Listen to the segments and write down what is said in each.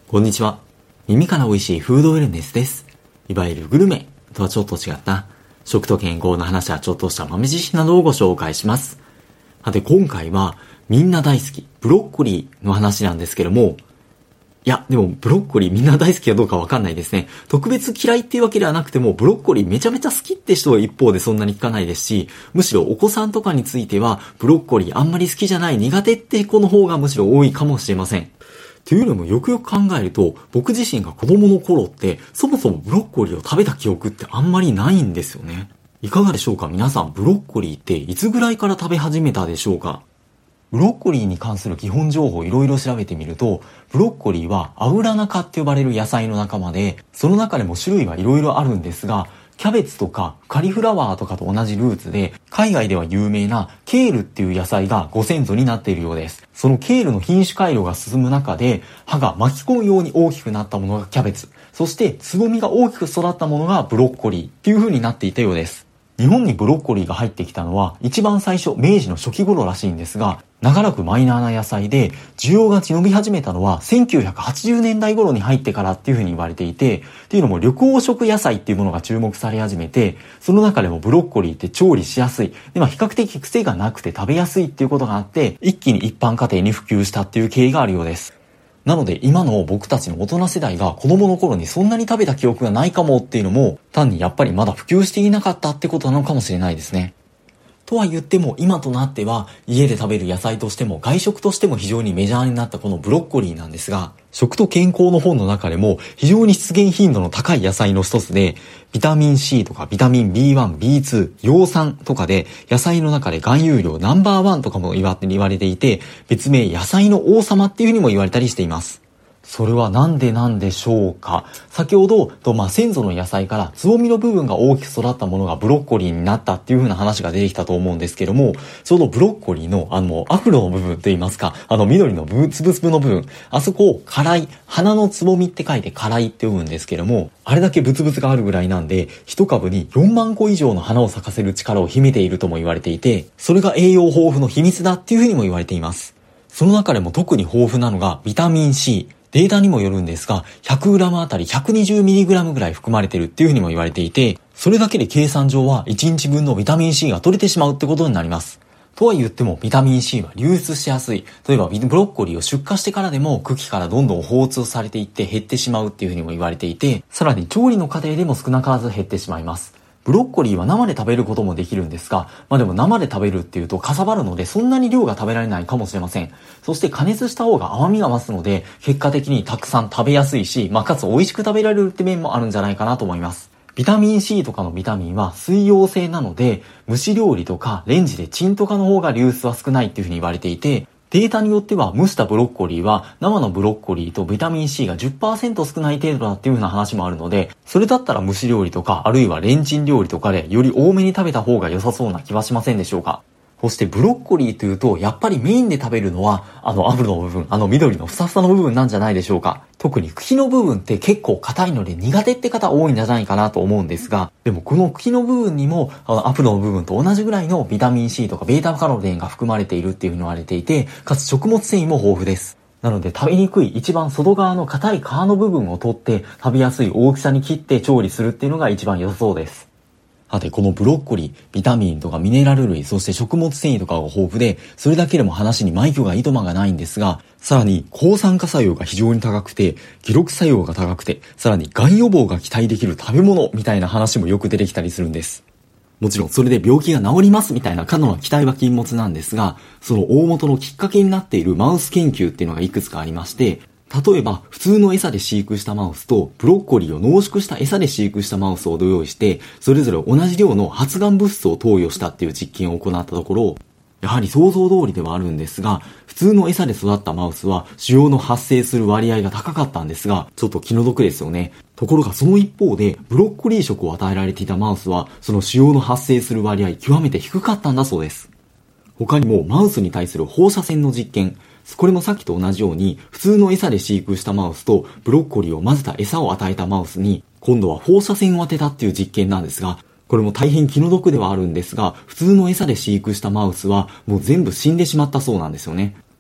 こんにちは。耳から美味しいフードウェルネスです。いわゆるグルメとはちょっと違った食と健康の話やちょっとした豆知識などをご紹介します。さて今回はみんな大好きブロッコリーの話なんですけども、でもブロッコリーみんな大好きかどうかわかんないですね。特別嫌いっていうわけではなくてもブロッコリーめちゃめちゃ好きって人は一方でそんなに聞かないですし、むしろお子さんとかについてはブロッコリーあんまり好きじゃない苦手って子の方がむしろ多いかもしれません。というのもよくよく考えると僕自身が子供の頃ってそもそもブロッコリーを食べた記憶ってあんまりないんですよね。いかがでしょうか皆さん、ブロッコリーっていつぐらいから食べ始めたでしょうか。ブロッコリーに関する基本情報をいろいろ調べてみると、ブロッコリーはアブラナ科って呼ばれる野菜の仲間で、その中でも種類はいろいろあるんですが、キャベツとかカリフラワーとかと同じルーツで、海外では有名なケールっていう野菜がご先祖になっているようです。そのケールの品種改良が進む中で、葉が巻き込むように大きくなったものがキャベツ、そしてつぼみが大きく育ったものがブロッコリーっていう風になっていたようです。日本にブロッコリーが入ってきたのは一番最初明治の初期頃らしいんですが、長らくマイナーな野菜で需要が伸び始めたのは1980年代頃に入ってからっていう風に言われていて、っていうのも緑黄色野菜っていうものが注目され始めて、その中でもブロッコリーって調理しやすい、で比較的癖がなくて食べやすいっていうことがあって、一気に一般家庭に普及したっていう経緯があるようです。なので今の僕たちの大人世代が子供の頃にそんなに食べた記憶がないかもっていうのも、単にやっぱりまだ普及していなかったってことなのかもしれないですね。とは言っても今となっては家で食べる野菜としても外食としても非常にメジャーになったこのブロッコリーなんですが、食と健康の本の中でも非常に出現頻度の高い野菜の一つで、ビタミン C とかビタミン B1、B2、葉酸とかで野菜の中で含有量ナンバーワンとかも言われていて、別名野菜の王様っていうふうにも言われたりしています。それはなんでなんでしょうか。先ほど先祖の野菜からつぼみの部分が大きく育ったものがブロッコリーになったっていう風な話が出てきたと思うんですけども、そのブロッコリーのアフロの部分といいますか、緑のつぶつぶの部分、あそこを花蕾、花のつぼみって書いて花蕾って呼ぶんですけども、あれだけブツブツがあるぐらいなんで、一株に4万個以上の花を咲かせる力を秘めているとも言われていて、それが栄養豊富の秘密だっていう風にも言われています。その中でも特に豊富なのがビタミン C。データにもよるんですが、100g あたり 120mg ぐらい含まれてるっていうふうにも言われていて、それだけで計算上は1日分のビタミン C が取れてしまうってことになります。とは言ってもビタミン C は流出しやすい。例えばブロッコリーを出荷してからでも茎からどんどん放出されていって減ってしまうっていうふうにも言われていて、さらに調理の過程でも少なからず減ってしまいます。ブロッコリーは生で食べることもできるんですが、でも生で食べるっていうとかさばるのでそんなに量が食べられないかもしれません。そして加熱した方が甘みが増すので、結果的にたくさん食べやすいし、かつ美味しく食べられるって面もあるんじゃないかなと思います。ビタミン C とかのビタミンは水溶性なので、蒸し料理とかレンジでチンとかの方が流出は少ないっていうふうに言われていて、データによっては蒸したブロッコリーは生のブロッコリーとビタミン C が 10% 少ない程度だっていう風な話もあるので、それだったら蒸し料理とかあるいはレンチン料理とかでより多めに食べた方が良さそうな気はしませんでしょうか。そしてブロッコリーというとやっぱりメインで食べるのはアブの部分、緑のふさふさの部分なんじゃないでしょうか。特に茎の部分って結構硬いので苦手って方多いんじゃないかなと思うんですが、でもこの茎の部分にもアブの部分と同じぐらいのビタミン C とかベータカロテンが含まれているっていうふうに言われていて、かつ食物繊維も豊富です。なので食べにくい一番外側の硬い皮の部分を取って食べやすい大きさに切って調理するっていうのが一番良さそうです。さてこのブロッコリー、ビタミンとかミネラル類、そして食物繊維とかが豊富で、それだけでも話に枚挙がいとまがないんですが、さらに抗酸化作用が非常に高くて、記録作用が高くて、さらにがん予防が期待できる食べ物みたいな話もよく出てきたりするんです。もちろんそれで病気が治りますみたいな過度な期待は禁物なんですが、その大元のきっかけになっているマウス研究っていうのがいくつかありまして、例えば普通の餌で飼育したマウスとブロッコリーを濃縮した餌で飼育したマウスを用意して、それぞれ同じ量の発がん物質を投与したっていう実験を行ったところ、やはり想像通りではあるんですが、普通の餌で育ったマウスは腫瘍の発生する割合が高かったんですが、ちょっと気の毒ですよね。ところがその一方でブロッコリー食を与えられていたマウスはその腫瘍の発生する割合極めて低かったんだそうです。他にもマウスに対する放射線の実験、これもさっきと同じように普通の餌で飼育したマウスとブロッコリーを混ぜた餌を与えたマウスに今度は放射線を当てたっていう実験なんですが、これも大変気の毒ではあるんですが、普通の餌で飼育したマウスはもう全部死んでしまったそうなんですよね。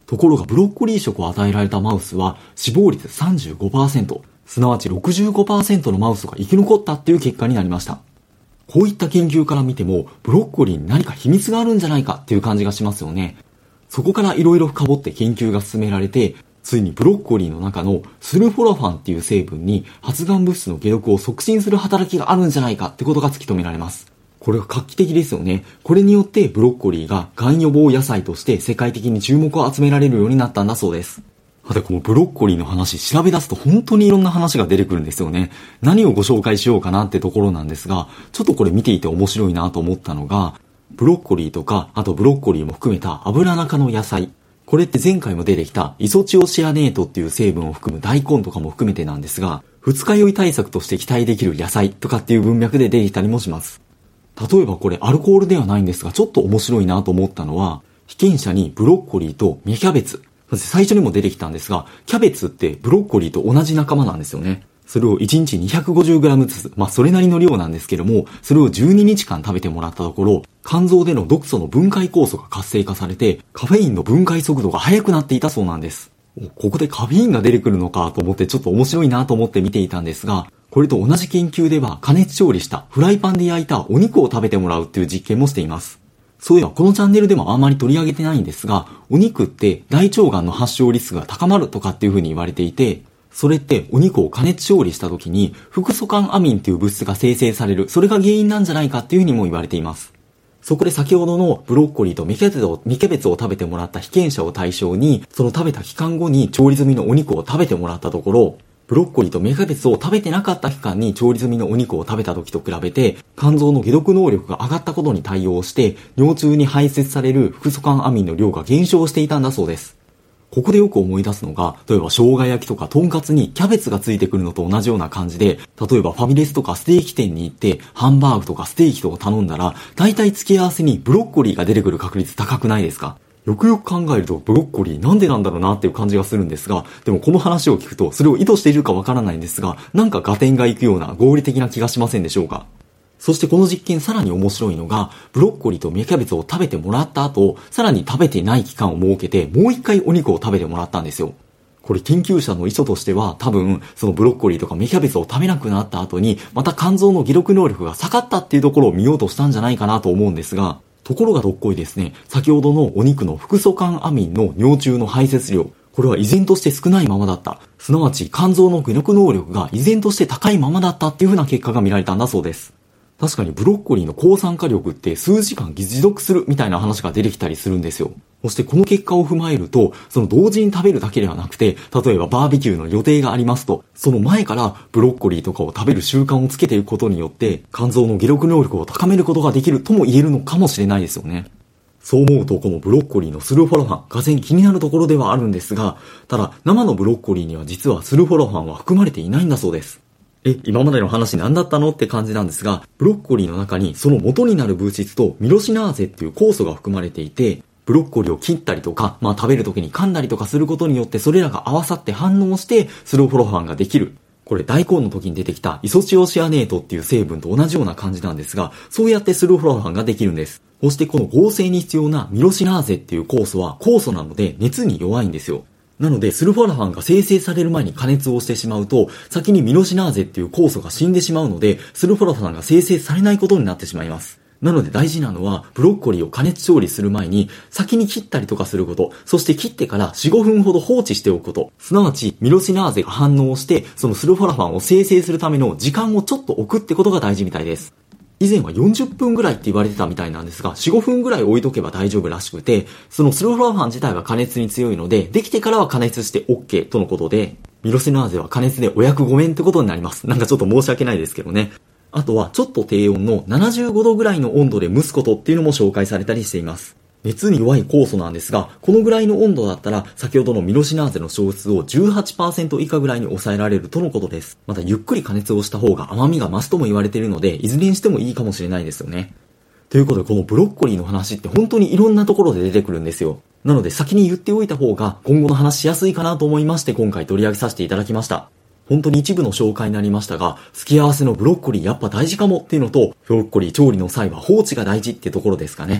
ところがブロッコリー食を与えられたマウスは死亡率 35%、すなわち 65% のマウスが生き残ったっていう結果になりました。こういった研究から見ても、ブロッコリーに何か秘密があるんじゃないかっていう感じがしますよね。そこから色々深掘って研究が進められて、ついにブロッコリーの中のスルフォラファンっていう成分に発がん物質の解毒を促進する働きがあるんじゃないかってことが突き止められます。これは画期的ですよね。これによってブロッコリーががん予防野菜として世界的に注目を集められるようになったんだそうです。で、このブロッコリーの話調べ出すと本当にいろんな話が出てくるんですよね。何をご紹介しようかなってところなんですが、ちょっとこれ見ていて面白いなと思ったのが、ブロッコリーとか、あとブロッコリーも含めた油中の野菜。これって前回も出てきたイソチオシアネートっていう成分を含む大根とかも含めてなんですが、二日酔い対策として期待できる野菜とかっていう文脈で出てきたりもします。例えばこれアルコールではないんですが、ちょっと面白いなと思ったのは、被験者にブロッコリーと芽キャベツ、最初にも出てきたんですが、キャベツってブロッコリーと同じ仲間なんですよね。それを1日 250g ずつ、それなりの量なんですけども、それを12日間食べてもらったところ、肝臓での毒素の分解酵素が活性化されて、カフェインの分解速度が速くなっていたそうなんです。ここでカフェインが出てくるのかと思ってちょっと面白いなと思って見ていたんですが、これと同じ研究では加熱調理したフライパンで焼いたお肉を食べてもらうっていう実験もしています。そういえばこのチャンネルでもあんまり取り上げてないんですが、お肉って大腸がんの発症リスクが高まるとかっていう風に言われていて、それってお肉を加熱調理した時にフクソカンアミンっていう物質が生成される、それが原因なんじゃないかっていう風にも言われています。そこで先ほどのブロッコリーと芽キャベツを食べてもらった被験者を対象に、その食べた期間後に調理済みのお肉を食べてもらったところ、ブロッコリーと芽キャベツを食べてなかった期間に調理済みのお肉を食べた時と比べて、肝臓の解毒能力が上がったことに対応して、尿中に排泄されるフクソカンアミンの量が減少していたんだそうです。ここでよく思い出すのが、例えば生姜焼きとかとんかつにキャベツがついてくるのと同じような感じで、例えばファミレスとかステーキ店に行ってハンバーグとかステーキとか頼んだら、大体付け合わせにブロッコリーが出てくる確率高くないですか？よくよく考えるとブロッコリーなんでなんだろうなっていう感じがするんですが、でもこの話を聞くとそれを意図しているかわからないんですが、なんか合点がいくような合理的な気がしませんでしょうか？そしてこの実験さらに面白いのが、ブロッコリーと芽キャベツを食べてもらった後、さらに食べてない期間を設けてもう一回お肉を食べてもらったんですよ。これ研究者の意図としては多分そのブロッコリーとか芽キャベツを食べなくなった後にまた肝臓の解毒能力が下がったっていうところを見ようとしたんじゃないかなと思うんですが、ところがどっこいですね、先ほどのお肉のフクソカンアミンの尿中の排泄量、これは依然として少ないままだった。すなわち肝臓の解毒能力が依然として高いままだったっていう風な結果が見られたんだそうです。確かにブロッコリーの抗酸化力って数時間持続するみたいな話が出てきたりするんですよ。そしてこの結果を踏まえると、その同時に食べるだけではなくて、例えばバーベキューの予定がありますと、その前からブロッコリーとかを食べる習慣をつけていくことによって、肝臓の解毒能力を高めることができるとも言えるのかもしれないですよね。そう思うとこのブロッコリーのスルフォラファン、がぜん気になるところではあるんですが、ただ生のブロッコリーには実はスルフォラファンは含まれていないんだそうです。今までの話何だったのって感じなんですが、ブロッコリーの中にその元になる物質とミロシナーゼっていう酵素が含まれていて、ブロッコリーを切ったりとか、食べる時に噛んだりとかすることによってそれらが合わさって反応してスルフォラファンができる。これ大根の時に出てきたイソチオシアネートっていう成分と同じような感じなんですが、そうやってスルフォラファンができるんです。そしてこの合成に必要なミロシナーゼっていう酵素は酵素なので熱に弱いんですよ。なのでスルフォラファンが生成される前に加熱をしてしまうと、先にミロシナーゼっていう酵素が死んでしまうので、スルフォラファンが生成されないことになってしまいます。なので大事なのは、ブロッコリーを加熱調理する前に先に切ったりとかすること、そして切ってから4、5分ほど放置しておくこと、すなわちミロシナーゼが反応してそのスルフォラファンを生成するための時間をちょっと置くってことが大事みたいです。以前は40分ぐらいって言われてたみたいなんですが、4、5分ぐらい置いとけば大丈夫らしくて、そのスルフォラファン自体が加熱に強いので、できてからは加熱して OK とのことで、ミロシナーゼは加熱でお役御免ってことになります。なんかちょっと申し訳ないですけどね。あとはちょっと低温の75度ぐらいの温度で蒸すことっていうのも紹介されたりしています。熱に弱い酵素なんですが、このぐらいの温度だったら先ほどのミロシナーゼの消失を 18% 以下ぐらいに抑えられるとのことです。またゆっくり加熱をした方が甘みが増すとも言われているので、いずれにしてもいいかもしれないですよね。ということでこのブロッコリーの話って本当にいろんなところで出てくるんですよ。なので先に言っておいた方が今後の話しやすいかなと思いまして今回取り上げさせていただきました。本当に一部の紹介になりましたが、付け合わせのブロッコリーやっぱ大事かもっていうのと、ブロッコリー調理の際は放置が大事ってところですかね。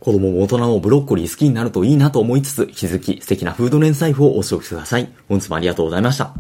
子供も大人もブロッコリー好きになるといいなと思いつつ、引き続き素敵なフード連財布をお過ごしください。本日もありがとうございました。